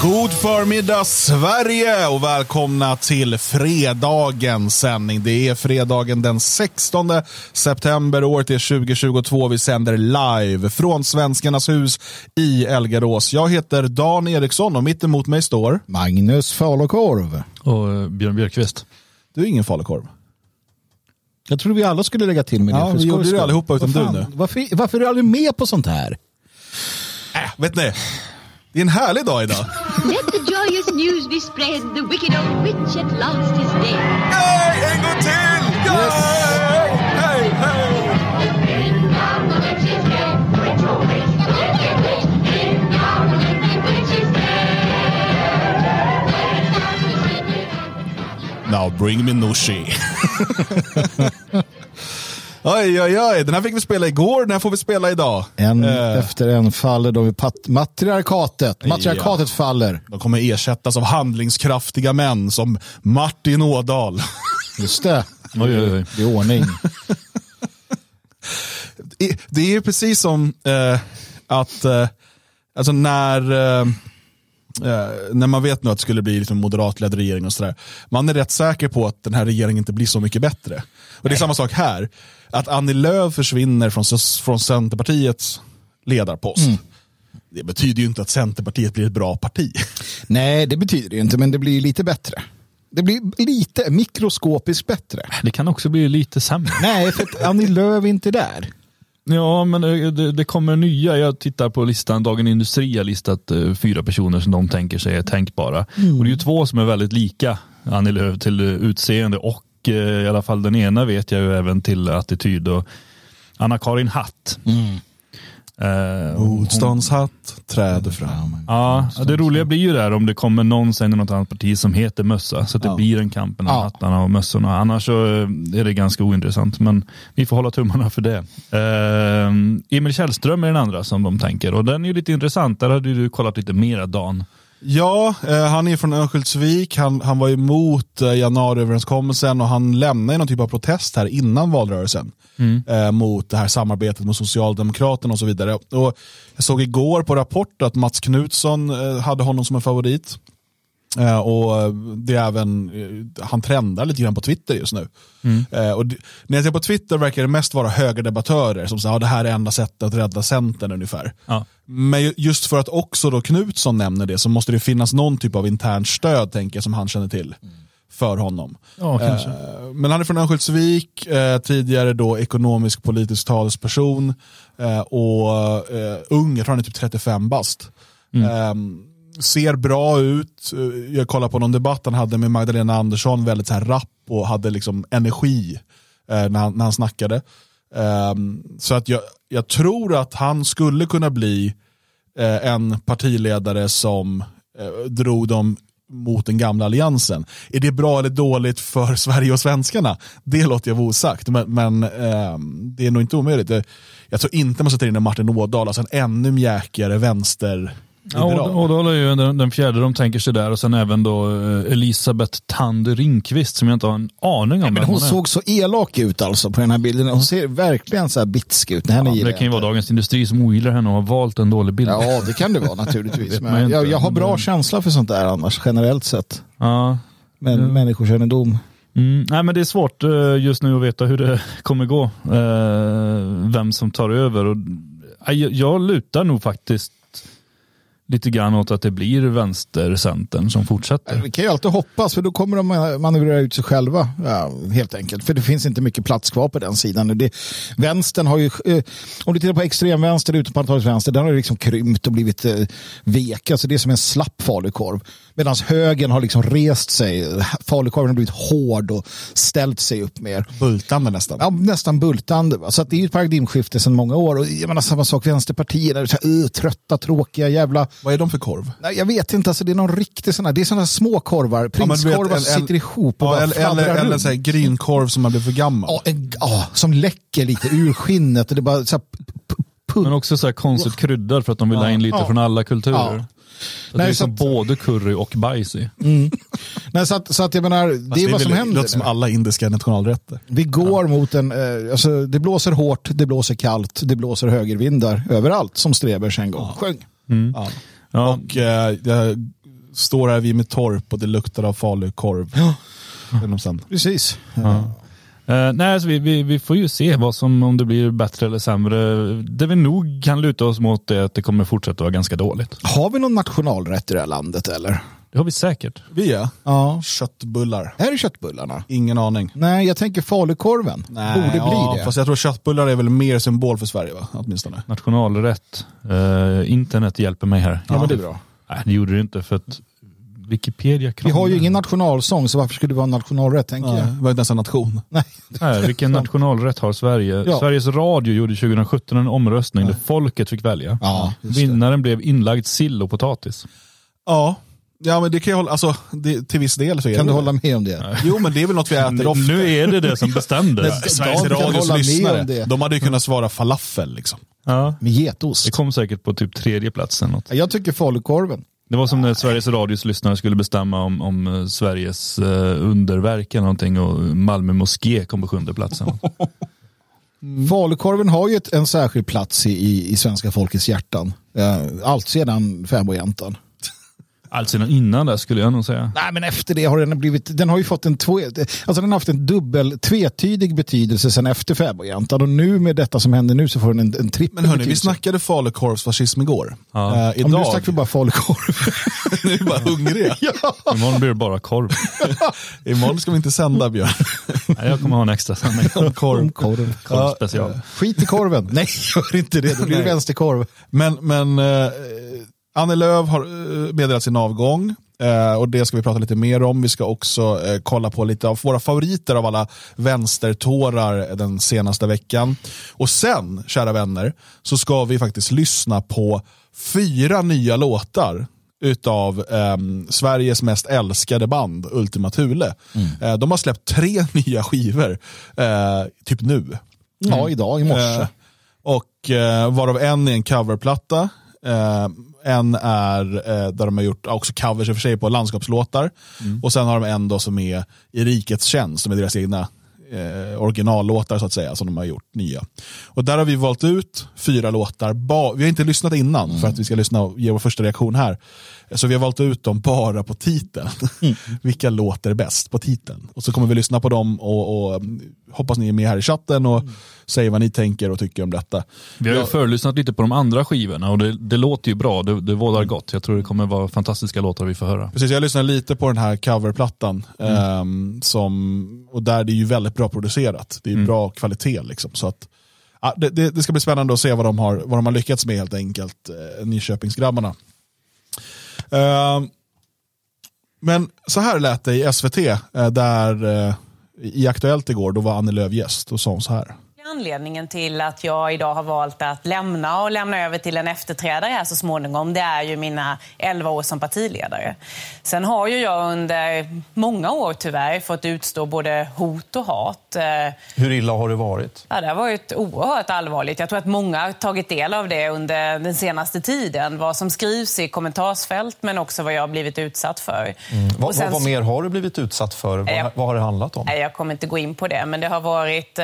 God förmiddag Sverige och välkomna till fredagens sändning. Det är fredagen den 16 september, året är 2022. Vi sänder live från Svenskarnas hus i Elgarås. Jag heter Dan Eriksson och mitt emot mig står Magnus Falukorv och Björn Björkqvist. Du är ingen falukorv. Jag tror vi alla skulle lägga till med det. Ja, vi gjorde det allihopa utom du nu. Varför är du aldrig med på sånt här? Vet ni, det är en härlig dag idag. Let the joyous news be spread. The wicked old witch at last is dead. Hej, en gång till! Yes! Hej, hej! Now bring me Nooshi. Oj, den här fick vi spela igår, den här får vi spela idag. Efter en faller då matriarkatet faller. De kommer ersättas av handlingskraftiga män som Martin Ådahl. Just det. Oj. Det är ordning. Det är precis som att alltså när man vet nu att det skulle bli liksom moderatledd regering och sådär, man är rätt säker på att den här regeringen inte blir så mycket bättre. Och det är samma sak här, att Annie Lööf försvinner från Centerpartiets ledarpost. Det betyder ju inte att Centerpartiet blir ett bra parti. Nej, det betyder det inte, men det blir lite bättre. Det blir lite mikroskopiskt bättre. Det kan också bli lite sämre. Nej, för att Annie Lööf är inte där. Ja, men det kommer nya. Jag tittar på listan. Dagen Industri har listat 4 personer som de tänker sig är tänkbara. Och det är ju 2 som är väldigt lika Annie Lööf till utseende och i alla fall den ena vet jag ju även till attityd. Och Anna-Karin Hatt. Motståndshatt träder fram. Ja, det roliga blir ju där om det kommer någon sen i något annat parti som heter mössa, så att det blir en kamp mellan hattarna och mössorna. Annars så är det ganska ointressant, men vi får hålla tummarna för det. Emil Källström är den andra som de tänker, och den är ju lite intressant. Där hade du kollat lite mera, Dan. Ja, han är från Örnsköldsvik. Han var emot januariöverenskommelsen och han lämnade någon typ av protest här innan valrörelsen mot det här samarbetet med Socialdemokraterna och så vidare. Och jag såg igår på Rapport att Mats Knutsson hade honom som en favorit. Och det är även, han trendar lite grann på Twitter just nu. Och när jag ser på Twitter verkar det mest vara högerdebattörer som säger att det här är enda sättet att rädda Centern ungefär. Ja. Men just för att också då Knutsson nämner det så måste det finnas någon typ av internt stöd, tänker jag, som han känner till för honom. Ja, men han är från Örnsköldsvik, tidigare då ekonomisk politisk talesperson och ung, jag tror han är typ 35 bast. Ser bra ut. Jag kollar på någon debatt han hade med Magdalena Andersson, väldigt så här rapp och hade liksom energi när han snackade. Så att jag tror att han skulle kunna bli en partiledare som drog dem mot den gamla alliansen. Är det bra eller dåligt för Sverige och svenskarna? Det låter jag vara osagt, men det är nog inte omöjligt. Jag tror inte man sätter in en Martin Ådahl, alltså en ännu mjäkigare vänster. Ja, och då är ju den fjärde de tänker sig där, och sen även då Elisabeth Tander Ringqvist som jag inte har en aning om. Men hon såg så elak ut alltså på den här bilden. Hon ser verkligen så här bitsk ut. Det kan ju vara Dagens Industri som ogillar henne och har valt en dålig bild. Ja, det kan det vara naturligtvis. Men jag har bra känsla för sånt där annars, generellt sett. Ja. Men människokännedom. Nej, men det är svårt just nu att veta hur det kommer gå. Vem som tar över. Och jag lutar nog faktiskt lite grann åt att det blir vänstercentern som fortsätter. Vi kan ju alltid hoppas, för då kommer de manövrera ut sig själva, helt enkelt. För det finns inte mycket plats kvar på den sidan. Vänstern har ju, om du tittar på extremvänster, utomparlamentarisk vänster, den har ju liksom krympt och blivit vek. Alltså det är som en slapp falukorv. Medan högern har liksom rest sig. Falukorven har blivit hård och ställt sig upp mer. Bultande nästan. Ja, nästan bultande. Så att det är ju ett paradigmskifte sedan många år. Och jag menar samma sak, vänsterpartier är så här, trötta, tråkiga, jävla... Vad är de för korv? Nej, jag vet inte, alltså det är någon riktig sån här, det är såna små korvar, prinskorvar som sitter ihop och eller så här grynkorv som har blivit för gammal. Ja, som läcker lite ur skinnet och det bara så här, men också så här konstigt kryddar för att de vill ha in lite från alla kulturer. Ja. Det är som både curry och bajs i. Nej, så att jag menar, det är vad som händer. Det låter som alla indiska nationalrätter. Vi går mot en, alltså det blåser hårt, det blåser kallt, det blåser högervindar överallt, som Strebers en gång sjöng. Ja. Och står här vid mitt torp och det luktar av falukorv. Sen. Precis. Nej, alltså vi får ju se om det blir bättre eller sämre. Det vi nog kan luta oss mot är att det kommer fortsätta vara ganska dåligt. Har vi någon nationalrätt i det här landet eller? Det har vi säkert. Ja. Köttbullar. Är det köttbullarna? Ingen aning. Nej, jag tänker falukorven. Borde bli det. Fast jag tror köttbullar är väl mer symbol för Sverige, va? Åtminstone. Nationalrätt. Internet hjälper mig här. Ja, men det är bra. Nej, det gjorde det inte för att Wikipedia Vi har ju ingen nationalsång, så varför skulle det vara en nationalrätt, tänker jag. Det var inte ens en nation. Nej, vilken nationalrätt har Sverige? Ja. Sveriges Radio gjorde 2017 en omröstning där folket fick välja. Ja, Vinnaren blev inlagd sill och potatis. Ja, men det kan jag hålla, alltså, till viss del så är kan det. du hålla med om det? Jo, men det är väl något vi äter ofta. Nu är det som bestämde. Sveriges Radios lyssnare, de hade ju kunnat svara falafel liksom. Ja. Med getost. Det kom säkert på typ 3:e plats eller något. Jag tycker falukorven. Det var som när Sveriges Radios lyssnare skulle bestämma om Sveriges underverk eller någonting och Malmö moské kom på 7:e platsen. Falukorven har ju en särskild plats i svenska folkets hjärtan. Allt sedan fäbodjäntan. Allt sedan innan där skulle jag nog säga. Nej, men efter det har den har ju fått den har haft en tvetydig betydelse sedan efter fäbodjäntan, och nu med detta som händer nu så får den en trippel. Men hörni, vi snackade falukorvsfascism igår. Ja. Idag Nu snackar vi bara falukorv. Nu är vi bara hungriga. Imorgon blir det bara korv. Imorgon ska vi inte sända, Björn. Nej, jag kommer ha en extra sändning om korv special. Skit i korven. Nej, gör inte det. Då blir det vänsterkorv. Men Annie Lööf har meddelat sin avgång och det ska vi prata lite mer om. Vi ska också kolla på lite av våra favoriter av alla vänstertårar den senaste veckan. Och sen, kära vänner, så ska vi faktiskt lyssna på 4 nya låtar utav Sveriges mest älskade band, Ultima Thule. De har släppt 3 nya skivor typ nu. Ja, idag, i morse. Och varav en är en coverplatta. En är där de har gjort också covers i och för sig på landskapslåtar. Och sen har de en då som är I rikets tjänst, som är deras egna originallåtar så att säga, som de har gjort nya. Och där har vi valt ut 4 låtar. Vi har inte lyssnat innan för att vi ska lyssna och ge vår första reaktion här. Så vi har valt ut dem bara på titeln. Vilka låter bäst på titeln? Och så kommer vi lyssna på dem och hoppas ni är med här i chatten och säger vad ni tänker och tycker om detta. Vi har ju förlyssnat lite på de andra skivorna och det låter ju bra, det vårdar gott. Jag tror det kommer vara fantastiska låtar vi får höra. Precis, jag lyssnar lite på den här coverplattan och där det är ju väldigt bra producerat. Det är bra kvalitet liksom, så att det ska bli spännande att se vad de har lyckats med helt enkelt, Nyköpingsgrabbarna. Men så här lät det i SVT där i Aktuellt igår, då var Annie Lööf gäst och sa så här. Anledningen till att jag idag har valt att lämna över till en efterträdare här så småningom, det är ju mina 11 år som partiledare. Sen har ju jag under många år tyvärr fått utstå både hot och hat. Hur illa har det varit? Ja, det har varit oerhört allvarligt. Jag tror att många har tagit del av det under den senaste tiden. Vad som skrivs i kommentarsfält, men också vad jag har blivit utsatt för. Vad mer har du blivit utsatt för? Vad har det handlat om? Jag kommer inte gå in på det, men det har varit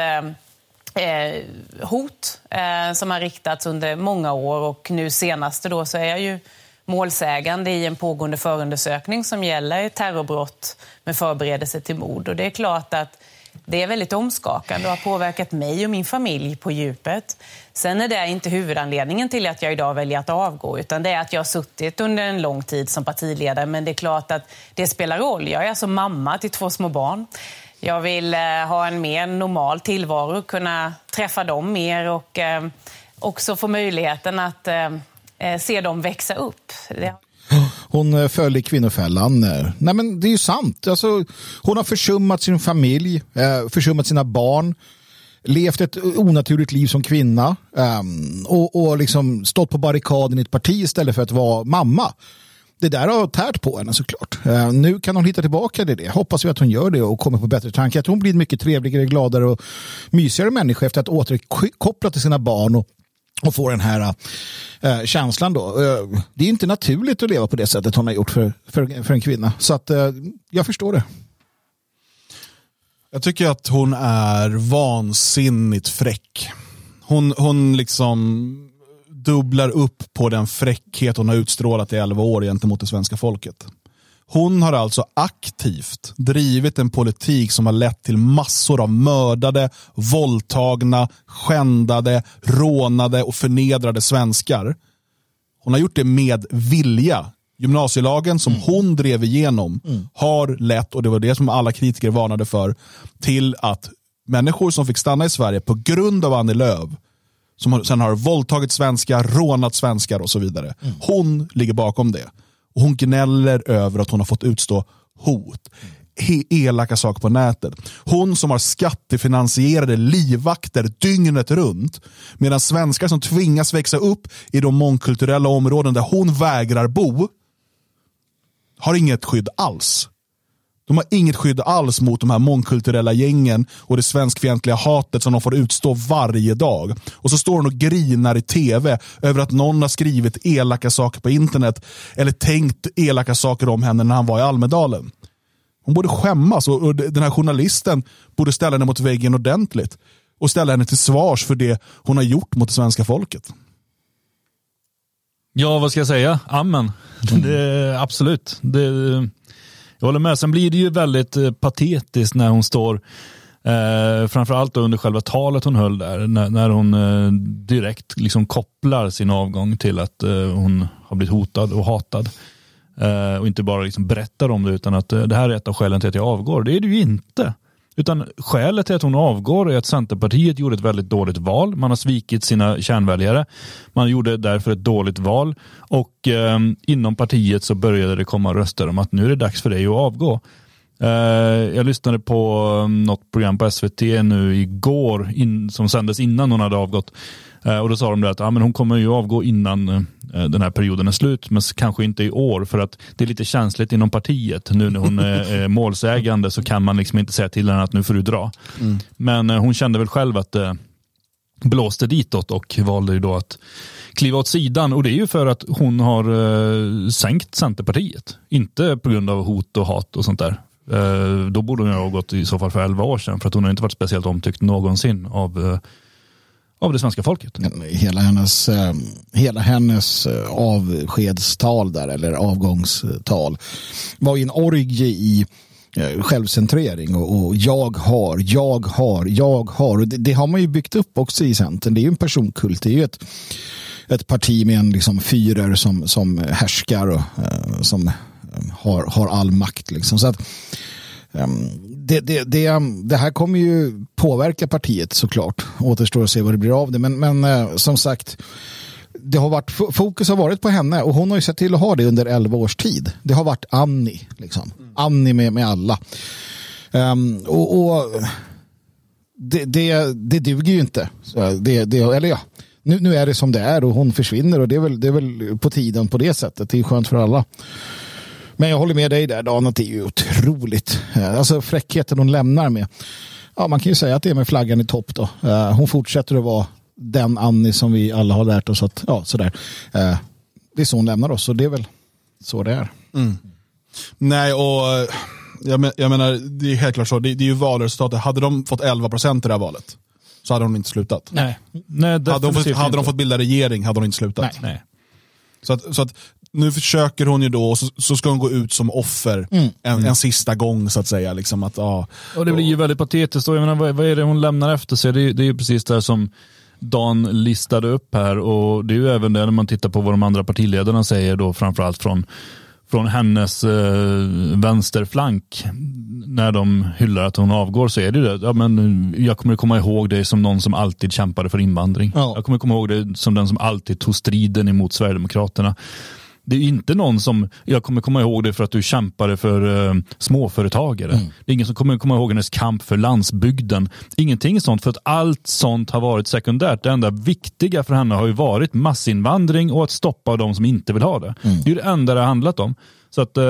hot som har riktats under många år, och nu senaste då så är jag ju målsägande i en pågående förundersökning som gäller terrorbrott med förberedelse till mord. Och det är klart att det är väldigt omskakande och har påverkat mig och min familj på djupet. Sen är det inte huvudanledningen till att jag idag väljer att avgå, utan det är att jag har suttit under en lång tid som partiledare. Men det är klart att det spelar roll. Jag är alltså mamma till 2 små barn. Jag vill ha en mer normal tillvaro, kunna träffa dem mer och också få möjligheten att se dem växa upp. Hon föll i kvinnofällan. Nej, men det är ju sant. Alltså, hon har försummat sin familj, försummat sina barn, levt ett onaturligt liv som kvinna och liksom stått på barrikaden i ett parti istället för att vara mamma. Det där har tärt på henne såklart. Nu kan hon hitta tillbaka till det. Hoppas vi att hon gör det och kommer på bättre tankar. Att hon blir en mycket trevligare, gladare och mysigare människa efter att återkoppla till sina barn och få den här känslan då. Det är inte naturligt att leva på det sättet hon har gjort för en kvinna. Så att jag förstår det. Jag tycker att hon är vansinnigt fräck. Hon liksom dubblar upp på den fräckhet hon har utstrålat i 11 år gentemot det svenska folket. Hon har alltså aktivt drivit en politik som har lett till massor av mördade, våldtagna, skändade, rånade och förnedrade svenskar. Hon har gjort det med vilja. Gymnasielagen som hon drev igenom har lett, och det var det som alla kritiker varnade för, till att människor som fick stanna i Sverige på grund av Annie Lööf, som sen har våldtagit svenskar, rånat svenskar och så vidare. Hon ligger bakom det. Och hon gnäller över att hon har fått utstå hot. Elaka saker på nätet. Hon som har skattefinansierade livvakter dygnet runt, medan svenskar som tvingas växa upp i de mångkulturella områden där hon vägrar bo har inget skydd alls. De har inget skydd alls mot de här mångkulturella gängen och det svenskfientliga hatet som de får utstå varje dag. Och så står hon och grinar i tv över att någon har skrivit elaka saker på internet eller tänkt elaka saker om henne när han var i Almedalen. Hon borde skämmas, och den här journalisten borde ställa henne mot väggen ordentligt och ställa henne till svars för det hon har gjort mot det svenska folket. Ja, vad ska jag säga? Amen. Det, absolut. Jag håller med. Sen blir det ju väldigt patetiskt när hon står, framförallt under själva talet hon höll där, när hon direkt liksom kopplar sin avgång till att hon har blivit hotad och hatad. Och inte bara liksom berättar om det, utan att det här är ett av skälen till att jag avgår. Det är det ju inte. Utan skälet till att hon avgår är att Centerpartiet gjorde ett väldigt dåligt val. Man har svikit sina kärnväljare. Man gjorde därför ett dåligt val. Och inom partiet så började det komma röster om att nu är det dags för dig att avgå. Jag lyssnade på något program på SVT nu igår som sändes innan hon hade avgått. Och då sa de att men hon kommer ju avgå innan den här perioden är slut, men kanske inte i år, för att det är lite känsligt inom partiet. Nu när hon är målsägande så kan man liksom inte säga till henne att nu får du dra. Men hon kände väl själv att det blåste ditåt och valde ju då att kliva åt sidan, och det är ju för att hon har sänkt Centerpartiet. Inte på grund av hot och hat och sånt där. Då borde hon ha gått i så fall för 11 år sedan, för att hon har inte varit speciellt omtyckt någonsin av det svenska folket. Hela hennes avskedstal där, eller avgångstal, var ju en orgie i självcentrering och jag har. Och det har man ju byggt upp också i Centern. Det är ju en personkult. Det är ju ett parti med en liksom fyrer som härskar och som har all makt liksom. Så att det här kommer ju påverka partiet såklart. Återstår att se vad det blir av det. Men som sagt, det har varit, fokus har varit på henne, och hon har ju sett till att ha det under 11 års tid. Det har varit Annie liksom. Annie med alla. Det duger ju inte. Nu är det som det är, och hon försvinner, och det är väl på tiden på det sättet. Det är skönt för alla. Men jag håller med dig där, Dan, att det är ju otroligt. Alltså fräckheten hon lämnar med. Ja, man kan ju säga att det är med flaggan i topp då. Hon fortsätter att vara den Annie som vi alla har lärt oss att, ja, sådär. Det är så hon lämnar oss, och det är väl så det är. Nej, och jag menar, det är helt klart så. Det är ju valresultatet. Hade de fått 11% i det här valet så hade hon inte slutat. Nej, hade de fått bilda regering hade hon inte slutat. Nej. Så att nu försöker hon ju då, så ska hon gå ut som offer en sista gång så att säga. Liksom att, och det blir ju väldigt patetiskt. Jag menar, vad är det hon lämnar efter sig? Det är ju precis det som Dan listade upp här, och det är ju även det när man tittar på vad de andra partiledarna säger då, framförallt från hennes vänsterflank när de hyllar att hon avgår, så är det ju det. Ja, men jag kommer komma ihåg dig som någon som alltid kämpade för invandring. Ja. Jag kommer komma ihåg dig som den som alltid tog striden emot Sverigedemokraterna. Det är inte någon som, jag kommer komma ihåg det för att du kämpade för småföretagare. Det är ingen som kommer komma ihåg hennes kamp för landsbygden. Ingenting sånt, för att allt sånt har varit sekundärt. Det enda viktiga för henne har ju varit massinvandring och att stoppa de som inte vill ha det. Det är ju det enda det har handlat om. Så att,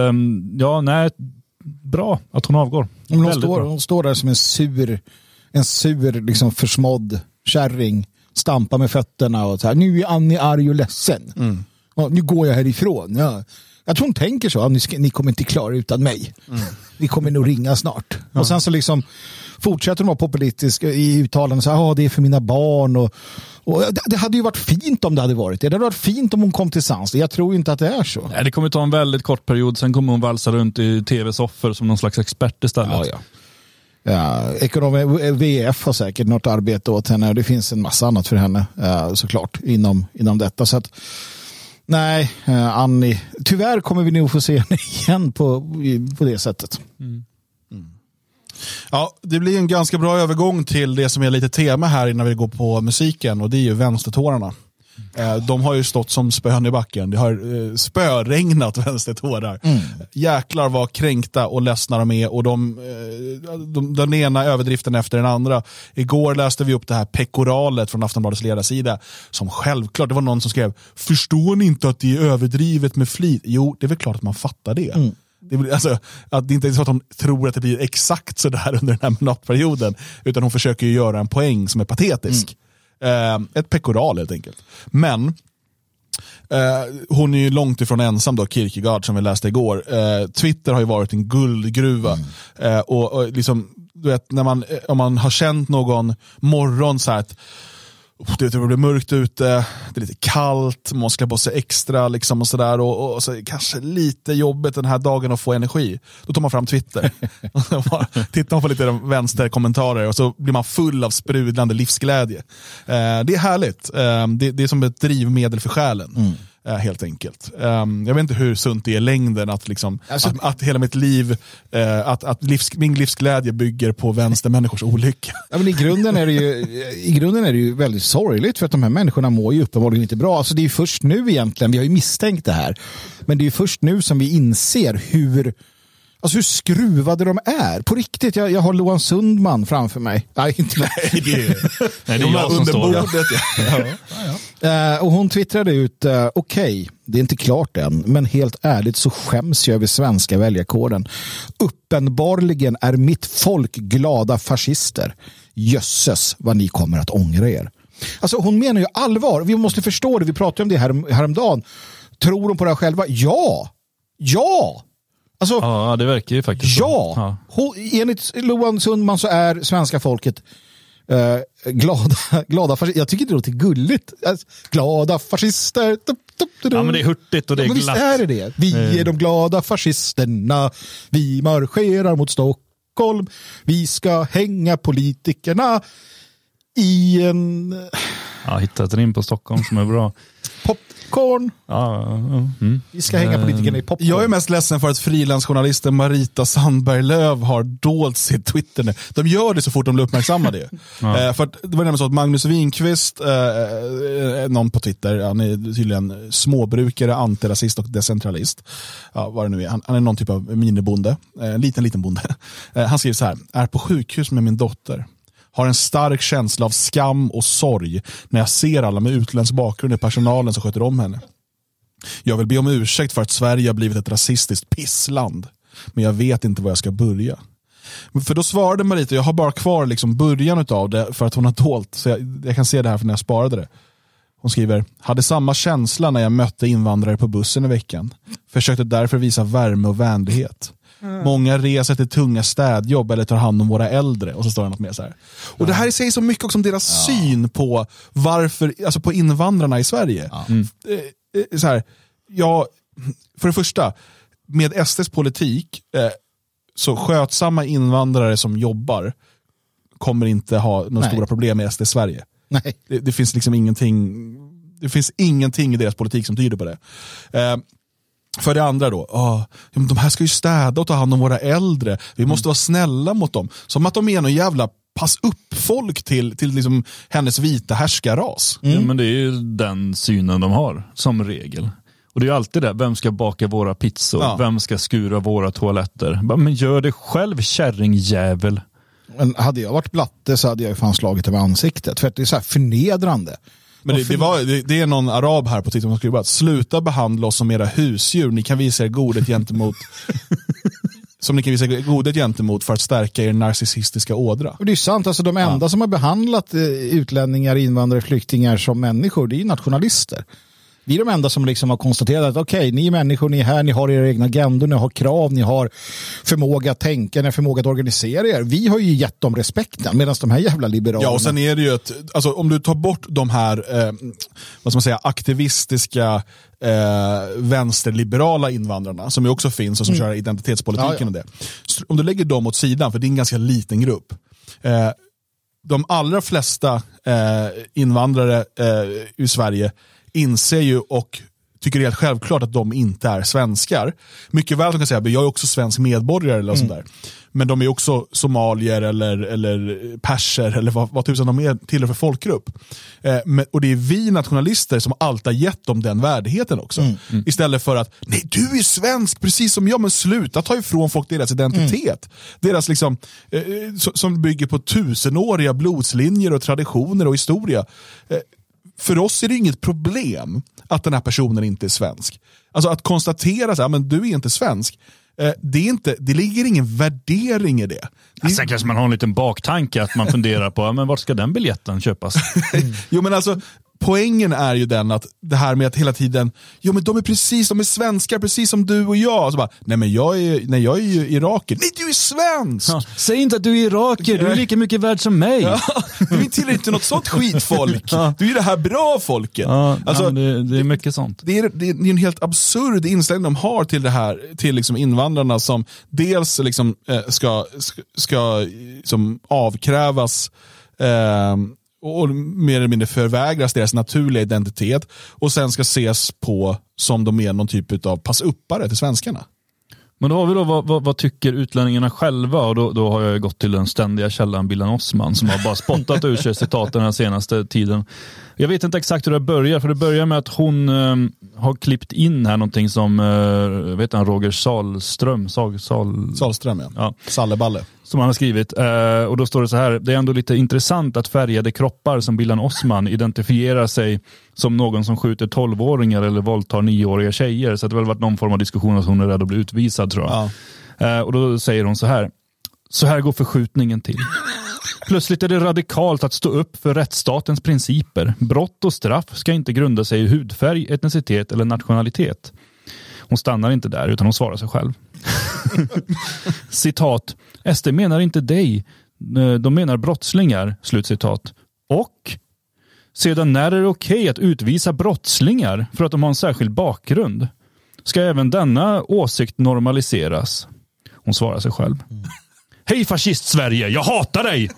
bra att hon avgår. Men hon står där som en sur liksom försmådd kärring, stampar med fötterna och så här, nu är Annie arg och ledsen. nu går jag härifrån. Ja. Jag tror hon tänker så. Ni kommer inte klara utan mig. Vi kommer nog ringa snart. Och sen så liksom fortsätter de vara populistiska i uttalanden. Så det är för mina barn. Och det hade ju varit fint om det hade varit det. Det hade varit fint om hon kom till sans. Jag tror inte att det är så. Nej, det kommer ta en väldigt kort period. Sen kommer hon valsa runt i tv-soffer som någon slags expert istället. Ja, VF har säkert något arbete åt henne. Och det finns en massa annat för henne såklart inom detta. Så att nej, Annie. Tyvärr kommer vi nog få se henne igen på det sättet. Ja, det blir en ganska bra övergång till det som är lite tema här innan vi går på musiken, och det är ju vänstertårarna. De har ju stått som spön i backen. Det har spöregnat vänstertårar. Jäklar vad kränkta och ledsna de är, och den ena överdriften efter den andra. Igår läste vi upp det här pekoralet från Aftonbladets ledarsida, som självklart, det var någon som skrev: förstår ni inte att det är överdrivet med flit? Jo, det är väl klart att man fattar det. Alltså, att det inte är så att de tror att det blir exakt så där under den här mandatperioden, utan hon försöker ju göra en poäng som är patetisk. Ett pekoral helt enkelt. Men hon är ju långt ifrån ensam då, Kierkegaard, som vi läste igår. Twitter har ju varit en guldgruva. Och liksom, du vet, om man har känt någon morgon så här att det blir mörkt ute, det är lite kallt, man ska på sig extra liksom och sådär, och så kanske lite jobbigt den här dagen att få energi. Då tar man fram Twitter. Tittar man på lite vänsterkommentarer och så blir man full av sprudlande livsglädje. Det är härligt. Det är som ett drivmedel för själen. Helt enkelt. Jag vet inte hur sunt det är i längden att, liksom, att hela mitt liv, min livsglädje bygger på vänstermänniskors olycka. Ja, men i grunden är det ju väldigt sorgligt, för att de här människorna mår ju uppenbarligen inte bra. Alltså det är ju först nu egentligen, vi har ju misstänkt det här, men det är ju först nu som vi inser hur skruvade de är. På riktigt, jag har Loan Sundman framför mig. Nej, inte Nej, det är jag som under står bordet. och hon twittrade ut, okej, det är inte klart än, men helt ärligt så skäms jag över svenska väljarkåren. Uppenbarligen är mitt folk glada fascister. Jösses vad ni kommer att ångra er. Alltså hon menar ju allvar. Vi måste förstå det. Vi pratade om det häromdagen. Tror de på det här själva? Ja! Alltså, ja, det verkar ju faktiskt. Ja. Enligt Loan Sundman så är svenska folket glada fascister. Jag tycker det låter gulligt. Glada fascister. Ja, men det är hurtigt och det är glatt. Visst är det. Vi är de glada fascisterna. Vi marscherar mot Stockholm. Vi ska hänga politikerna i en... hittat in på Stockholm som är bra. Popcorn. Vi ska hänga politikerna i popcorn. Jag är mest ledsen för att frilansjournalisten Marita Sandberg-Löv har dolt sitt Twitter. De gör det så fort de blir uppmärksammade. För att det var nämligen så att Magnus Winqvist, någon på Twitter, han är tydligen småbrukare, antirasist och decentralist. Ja, vad det nu är. Han är någon typ av minibonde. Liten bonde. Han skriver så här: är på sjukhus med min dotter. Har en stark känsla av skam och sorg när jag ser alla med utländsk bakgrund i personalen som sköter om henne. Jag vill be om ursäkt för att Sverige har blivit ett rasistiskt pissland. Men jag vet inte var jag ska börja. För då svarade Marita, jag har bara kvar liksom början av det för att hon har dolt. Så jag kan se det här för när jag sparade det. Hon skriver: hade samma känsla när jag mötte invandrare på bussen i veckan. Försökte därför visa värme och vänlighet. Många reser till tunga städjobb eller tar hand om våra äldre. Och så står det något mer så här. Och det här säger så mycket också om deras syn på varför, alltså på invandrarna i Sverige. Så här, för det första, med SDs politik så skötsamma invandrare som jobbar kommer inte ha några stora problem med SD i Sverige. Nej. Det finns liksom ingenting i deras politik som tyder på det. För det andra då, de här ska ju städa och ta hand om våra äldre. Vi måste vara snälla mot dem. Som att de är någon jävla pass upp folk till liksom hennes vita härskarras. Ja, men det är ju den synen de har som regel. Och det är ju alltid det, vem ska baka våra pizzor? Ja. Vem ska skura våra toaletter? Men gör det själv, kärringjävel. Men hade jag varit blatte så hade jag ju fan slagit över ansiktet. För att det är så här förnedrande. Men det är någon arab här på Twitter som skriver att sluta behandla oss som era husdjur. Ni kan visa er godhet gentemot som ni kan visa godhet gentemot för att stärka er narcissistiska ådra. Och det är sant, alltså de enda som har behandlat utlänningar, invandrare, flyktingar som människor, det är nationalister. Vi är de enda som liksom har konstaterat att okej, ni är människor, ni är här, ni har era egna agendor, ni har krav, ni har förmåga att tänka, ni har förmåga att organisera er. Vi har ju gett dem respekten, medan de här jävla liberalerna... Ja, och sen är det ju alltså, om du tar bort de här vad ska man säga, aktivistiska vänsterliberala invandrarna som ju också finns och som kör identitetspolitiken och det. Så om du lägger dem åt sidan, för det är en ganska liten grupp. De allra flesta invandrare i Sverige inser ju och tycker det är helt självklart att de inte är svenskar. Mycket väl att de kan säga att jag är också svensk medborgare eller sådär. Men de är också somalier eller perser eller vad tusan de är tillhör för folkgrupp. Och det är vi nationalister som alltid har gett dem den värdigheten också. Istället för att, nej du är svensk precis som jag, men sluta ta ifrån folk deras identitet. Deras liksom, som bygger på tusenåriga blodslinjer och traditioner och historia. För oss är det inget problem att den här personen inte är svensk. Alltså att konstatera så här, men du är inte svensk. Det ligger ingen värdering i det. Sen kanske man har en liten baktanke att man funderar på, men vart ska den biljetten köpas? Jo, men alltså poängen är ju den att det här med att hela tiden, jo men de är svenskar precis som du och jag. Så bara, nej men jag är ju iraker. Nej, du är svensk! Ja, säg inte att du är iraker, du är lika mycket värd som mig. Ja, du tillhör inte något sånt skitfolk. Du är det här bra folket. Ja, alltså, det är mycket sånt. Det är en helt absurd inställning de har till det här, till liksom invandrarna som dels liksom ska liksom avkrävas och mer eller mindre förvägras deras naturliga identitet och sen ska ses på som de är någon typ av passuppare till svenskarna. Men då har vi då vad tycker utlänningarna själva, och då har jag gått till den ständiga källan Billan Osman som har bara spottat ur sig citaten den senaste tiden. Jag vet inte exakt hur det börjar, för det börjar med att hon har klippt in här någonting som Roger Salström, ja. Salleballe. Som han har skrivit. Och då står det så här: det är ändå lite intressant att färgade kroppar som Billan Osman identifierar sig som någon som skjuter 12-åringar eller våldtar 9-åriga tjejer. Så det har väl varit någon form av diskussion att hon är rädd att bli utvisad, tror jag. Ja. Och då säger hon så här: så här går förskjutningen till. Plötsligt är det radikalt att stå upp för rättsstatens principer. Brott och straff ska inte grunda sig i hudfärg, etnicitet eller nationalitet. Hon stannar inte där utan hon svarar sig själv. Citat: SD menar inte dig, de menar brottslingar, slutcitat. Och sedan när är det okej att utvisa brottslingar för att de har en särskild bakgrund? Ska även denna åsikt normaliseras? Hon svarar sig själv. Hej fascist Sverige, jag hatar dig!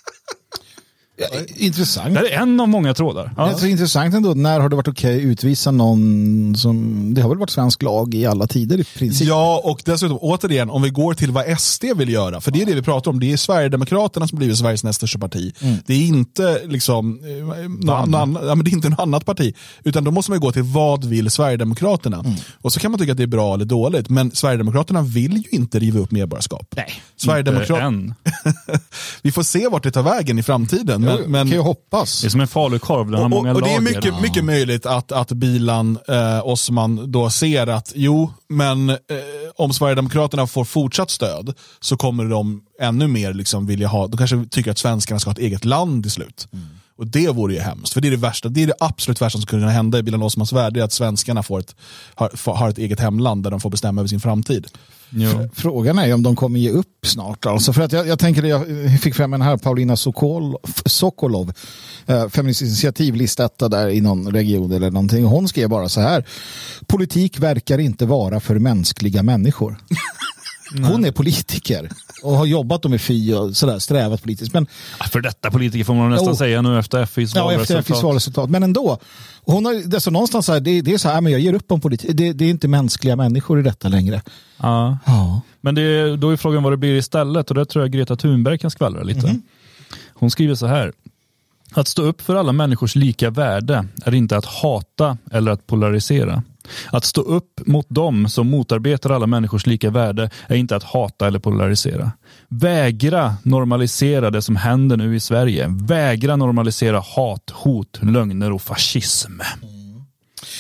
Ja, intressant. Det är en av många trådar. Ja. Det är intressant ändå. När har det varit okej att utvisa någon som... Det har väl varit svensk lag i alla tider i princip. Ja, och dessutom återigen, om vi går till vad SD vill göra, för det är det vi pratar om, det är Sverigedemokraterna som blivit Sveriges nästa största parti. Det är inte liksom det är inte något annat parti, utan då måste man gå till vad vill Sverigedemokraterna. Och så kan man tycka att det är bra eller dåligt, men Sverigedemokraterna vill ju inte riva upp medborgarskap. Nej, inte än. Vi får se vart det tar vägen i framtiden. Men kan jag hoppas. Det är som en falukorv, den har många och lager. det är mycket möjligt att Billan Osman då ser att men om Sverigedemokraterna får fortsatt stöd så kommer de ännu mer liksom vilja ha, de kanske tycker att svenskarna ska ha ett eget land i slut. Och det vore ju hemskt, för det är det värsta, det är det absolut värsta som skulle kunna hända i Billan Osmans värld, är att svenskarna har ett eget hemland där de får bestämma över sin framtid. Frågan är om de kommer ge upp snart. Alltså, för att jag tänker, jag fick fram den här Paulina Sokolov, Feministiskt initiativ, listetta där i någon region eller någonting. Hon skrev bara så här: politik verkar inte vara för mänskliga människor. Hon är politiker och har jobbat med FI och sådär, strävat politiskt. Men, för detta politiker får man nästan säga nu efter FIs valresultat. Ja, efter FIs valresultat. Men ändå. Hon har dessutom någonstans så här, det är så här, men jag ger upp om politik. Det är inte mänskliga människor i detta längre. Ja. Men då är frågan vad det blir istället, och där tror jag Greta Thunberg kan skvallra lite. Hon skriver så här: att stå upp för alla människors lika värde är inte att hata eller att polarisera. Att stå upp mot dem som motarbetar alla människors lika värde är inte att hata eller polarisera. Vägra normalisera det som händer nu i Sverige. Vägra normalisera hat, hot, lögner och fascism.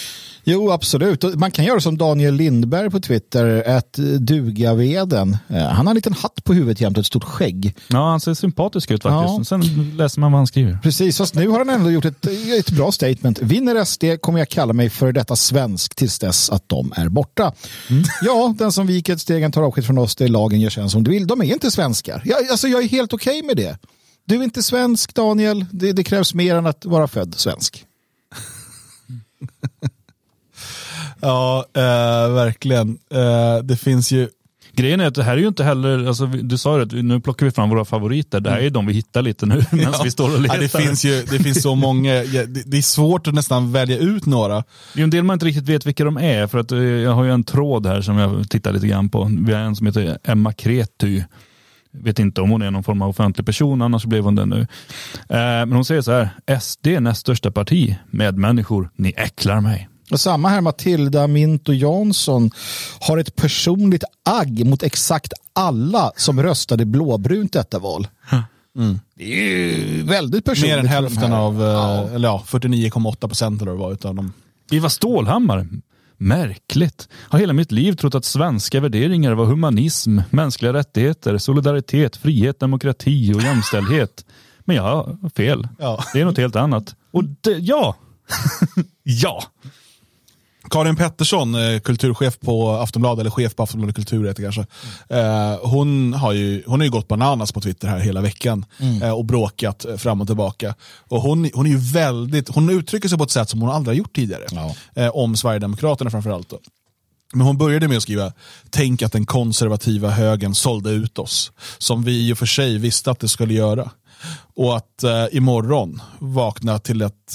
Jo, absolut. Man kan göra som Daniel Lindberg på Twitter, att duga veden. Han har en liten hatt på huvudet jämt och ett stort skägg. Ja, han ser sympatisk ut faktiskt. Ja. Sen läser man vad han skriver. Precis, fast nu har han ändå gjort ett bra statement. Vinner SD kommer jag kalla mig för detta svensk tills dess att de är borta. Ja, den som viker ett stegen tar avsked från oss, det är lagen gör sen som du vill. De är inte svenskar. Jag är helt okej med det. Du är inte svensk, Daniel. Det krävs mer än att vara född svensk. Ja, verkligen. Det finns ju... Grejen är att det här är ju inte heller, alltså, du sa ju att nu plockar vi fram våra favoriter. Det här är ju de vi hittar lite nu medan vi står och letar. Ja, det finns så många, det är svårt att nästan välja ut några. Det är ju en del man inte riktigt vet vilka de är, för att jag har ju en tråd här som jag tittar lite grann på. Vi har en som heter Emma Krety. Vet inte om hon är någon form av offentlig person, annars blev hon det nu. Men hon säger så här: SD är näst största parti med människor, ni äcklar mig. Och samma här, Matilda Minto Jansson har ett personligt agg mot exakt alla som röstade blåbrunt detta val. Det är ju väldigt personligt. Mer än hälften av, eller 49,8% eller vad det var utav dem. Eva Stålhammar. Märkligt. Har hela mitt liv trott att svenska värderingar var humanism, mänskliga rättigheter, solidaritet, frihet, demokrati och jämställdhet. Men jag har fel. Ja. Det är något helt annat. Och ja. Ja. Karin Pettersson, kulturchef på Aftonbladet, eller chef på Aftonbladet Kultur kanske. Hon har ju gått bananas på Twitter här hela veckan och bråkat fram och tillbaka. Och hon är ju hon uttrycker sig på ett sätt som hon aldrig har gjort tidigare. Om Sverigedemokraterna framförallt då. Men hon började med att skriva: tänk att den konservativa högen sålde ut oss, som vi i och för sig visste att det skulle göra. Och att imorgon vakna till att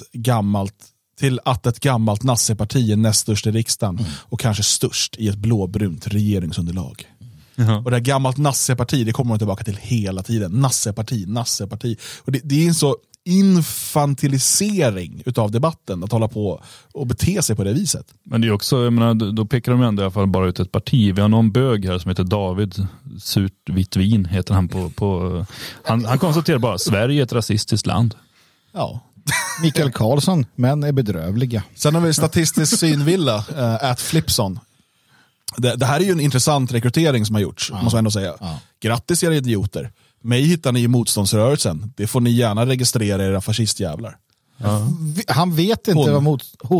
ett gammalt nasseparti är näst störst i riksdagen och kanske störst i ett blåbrunt regeringsunderlag. Och det här gammalt nasseparti, det kommer man tillbaka till hela tiden. Nasseparti. Och det är en så infantilisering utav debatten att hålla på och bete sig på det viset. Men det är också, jag menar, då pekar de ändå i alla fall bara ut ett parti. Vi har någon bög här som heter David Surt Vittvin heter han på han konstaterar bara: Sverige är ett rasistiskt land. Ja. Mikael Karlsson, män är bedrövliga. Sen har vi statistisk synvilla, @Flipson. Det här är ju en intressant rekrytering som har gjorts, måste jag ändå säga. Grattis era idioter. Mig hittar ni i motståndsrörelsen. Det får ni gärna registrera, era fascistjävlar. Han vet inte vad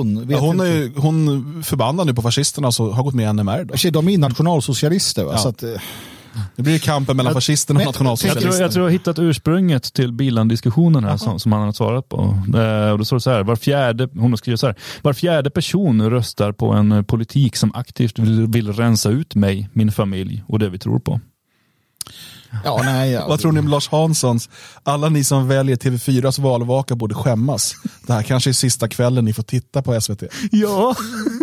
hon förbannar nu på fascisterna, så har gått med NMR då. De är nationalsocialister, va? Så att, det blir kampen mellan fascisterna och nationalsocialisterna. Jag tror jag har hittat ursprunget till Bilan-diskussionen här som han har svarat på. Och då står det så här: hon har skrivit så här: var fjärde person röstar på en politik som aktivt vill rensa ut mig, min familj och det vi tror på. Vad tror ni om Lars Hanssons? Alla ni som väljer TV4s valvaka borde skämmas. Det här kanske är sista kvällen ni får titta på SVT. Ja.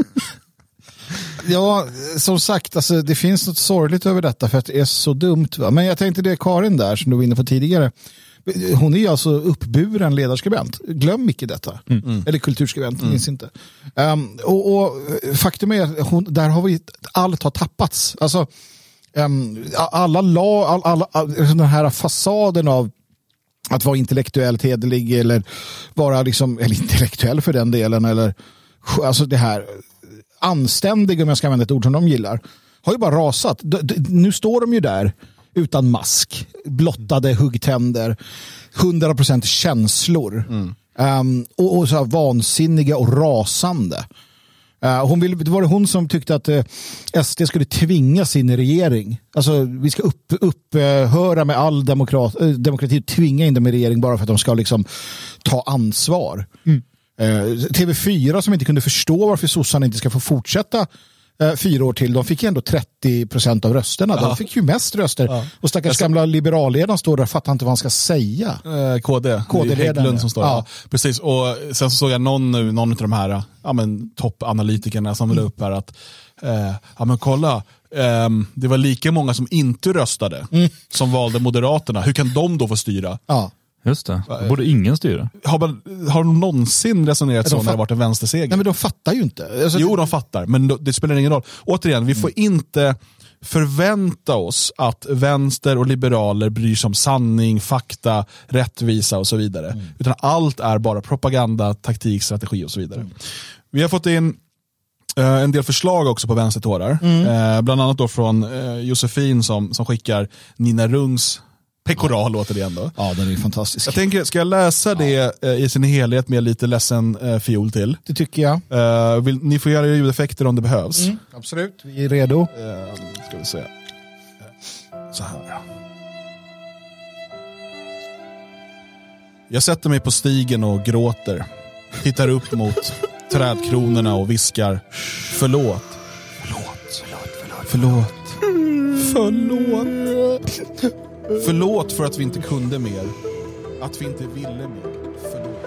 Ja, som sagt, alltså, det finns något sorgligt över detta för att det är så dumt. Va? Men jag tänkte det Karin där som du var inne på tidigare. Hon är ju alltså uppburen ledarskribent. Glöm icke detta. Eller kulturskribent, minns inte. Och faktum är att där har allt har tappats. Alltså alla den här fasaden av att vara intellektuellt hederlig eller vara liksom, eller intellektuell för den delen, eller alltså det här anständig, om jag ska använda ett ord som de gillar, har ju bara rasat. Nu står de ju där utan mask, blottade huggtänder, 100% känslor och så här vansinniga och rasande. Det var hon som tyckte att SD skulle tvingas in i regering. Alltså vi ska upphöra med all demokrati och tvinga in dem i regering bara för att de ska liksom ta ansvar. TV4 som inte kunde förstå varför sossarna inte ska få fortsätta 4 år till. De fick ju ändå 30% av rösterna. De fick ju mest röster. Och stackars gamla liberalledaren står där och fattar inte vad han ska säga. KD-ledaren som står där. Precis, och sen så såg jag någon av de här toppanalytikerna som ville upp här att men kolla, det var lika många som inte röstade som valde Moderaterna. Hur kan de då få styra? Ja. Just det, borde ingen styra. Har de någonsin resonerat så när det har varit en vänsterseger? Nej, men de fattar ju inte. Alltså, jo, de fattar, men det spelar ingen roll. Återigen, vi får inte förvänta oss att vänster och liberaler bryr sig om sanning, fakta, rättvisa och så vidare. Utan allt är bara propaganda, taktik, strategi och så vidare. Vi har fått in En del förslag också på vänstertårar. Bland annat då från Josefin som skickar Nina Rungs Pekoral låter det ändå. Ja, den är fantastisk. Jag tänker, ska jag läsa det i sin helhet med lite ledsen fiol till? Det tycker jag. Ni får göra ljudeffekter om det behövs. Absolut, vi är redo. Ska vi se. Så här. Jag sätter mig på stigen och gråter. Tittar upp mot trädkronorna och viskar: förlåt. Förlåt för att vi inte kunde mer. Att vi inte ville mer. Förlåt.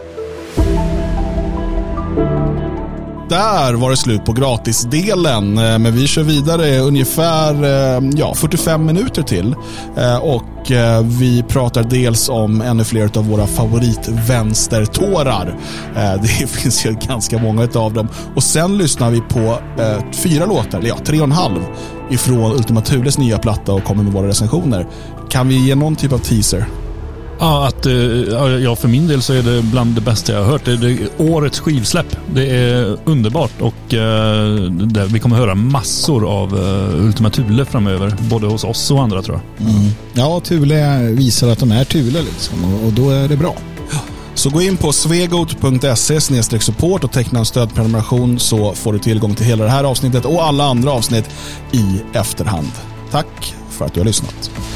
Där var det slut på gratisdelen. Men vi kör vidare ungefär 45 minuter till. Och vi pratar dels om ännu fler av våra favoritvänstertårar. Det finns ju ganska många av dem. Och sen lyssnar vi på 4 låtar, 3,5 ifrån Ultima Thules nya platta och kommer med våra recensioner. Kan vi ge någon typ av teaser? Ja, för min del så är det bland det bästa jag har hört. Det är årets skivsläpp. Det är underbart och vi kommer höra massor av Ultima Thule framöver, både hos oss och andra tror jag. Ja, Thule visar att de är Thule liksom, och då är det bra. Så gå in på svegot.se/support och teckna en stödprenumeration så får du tillgång till hela det här avsnittet och alla andra avsnitt i efterhand. Tack för att du har lyssnat.